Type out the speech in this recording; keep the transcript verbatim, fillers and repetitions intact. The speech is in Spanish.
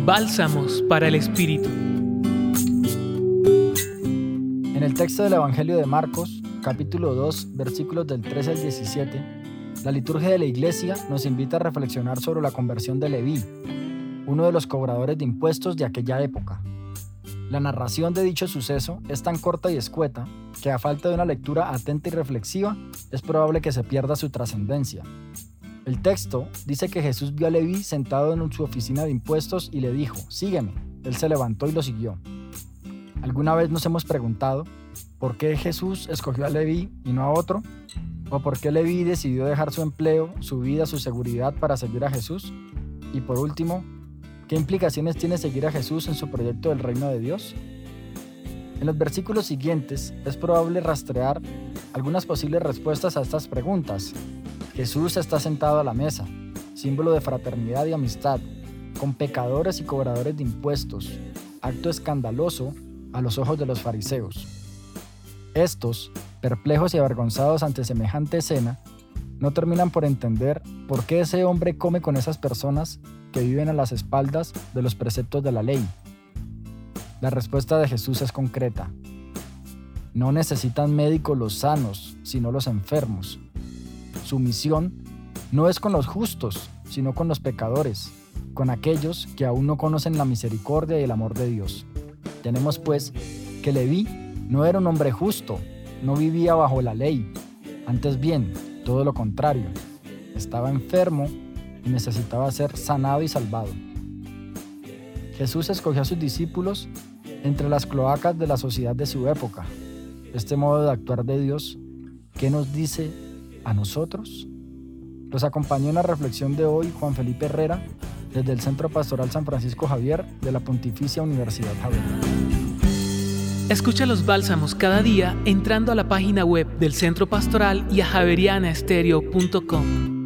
Bálsamos para el Espíritu. En el texto del Evangelio de Marcos, capítulo dos, versículos del trece al diecisiete, la liturgia de la Iglesia nos invita a reflexionar sobre la conversión de Leví, uno de los cobradores de impuestos de aquella época. La narración de dicho suceso es tan corta y escueta que, a falta de una lectura atenta y reflexiva, es probable que se pierda su trascendencia. El texto dice que Jesús vio a Leví sentado en su oficina de impuestos y le dijo: «Sígueme». Él se levantó y lo siguió. ¿Alguna vez nos hemos preguntado por qué Jesús escogió a Leví y no a otro? ¿O por qué Leví decidió dejar su empleo, su vida, su seguridad para seguir a Jesús? Y por último, ¿qué implicaciones tiene seguir a Jesús en su proyecto del reino de Dios? En los versículos siguientes es probable rastrear algunas posibles respuestas a estas preguntas. Jesús está sentado a la mesa, símbolo de fraternidad y amistad, con pecadores y cobradores de impuestos, acto escandaloso a los ojos de los fariseos. Estos, perplejos y avergonzados ante semejante escena, no terminan por entender por qué ese hombre come con esas personas que viven a las espaldas de los preceptos de la ley. La respuesta de Jesús es concreta. No necesitan médicos los sanos, sino los enfermos. Su misión no es con los justos, sino con los pecadores, con aquellos que aún no conocen la misericordia y el amor de Dios. Tenemos pues que Leví no era un hombre justo, no vivía bajo la ley, antes bien, todo lo contrario, estaba enfermo y necesitaba ser sanado y salvado. Jesús escogió a sus discípulos entre las cloacas de la sociedad de su época. Este modo de actuar de Dios, ¿qué nos dice a nosotros? Los acompañó en la reflexión de hoy Juan Felipe Herrera, desde el Centro Pastoral San Francisco Javier de la Pontificia Universidad Javeriana. Escucha los bálsamos cada día entrando a la página web del Centro Pastoral y a javeriana estéreo punto com.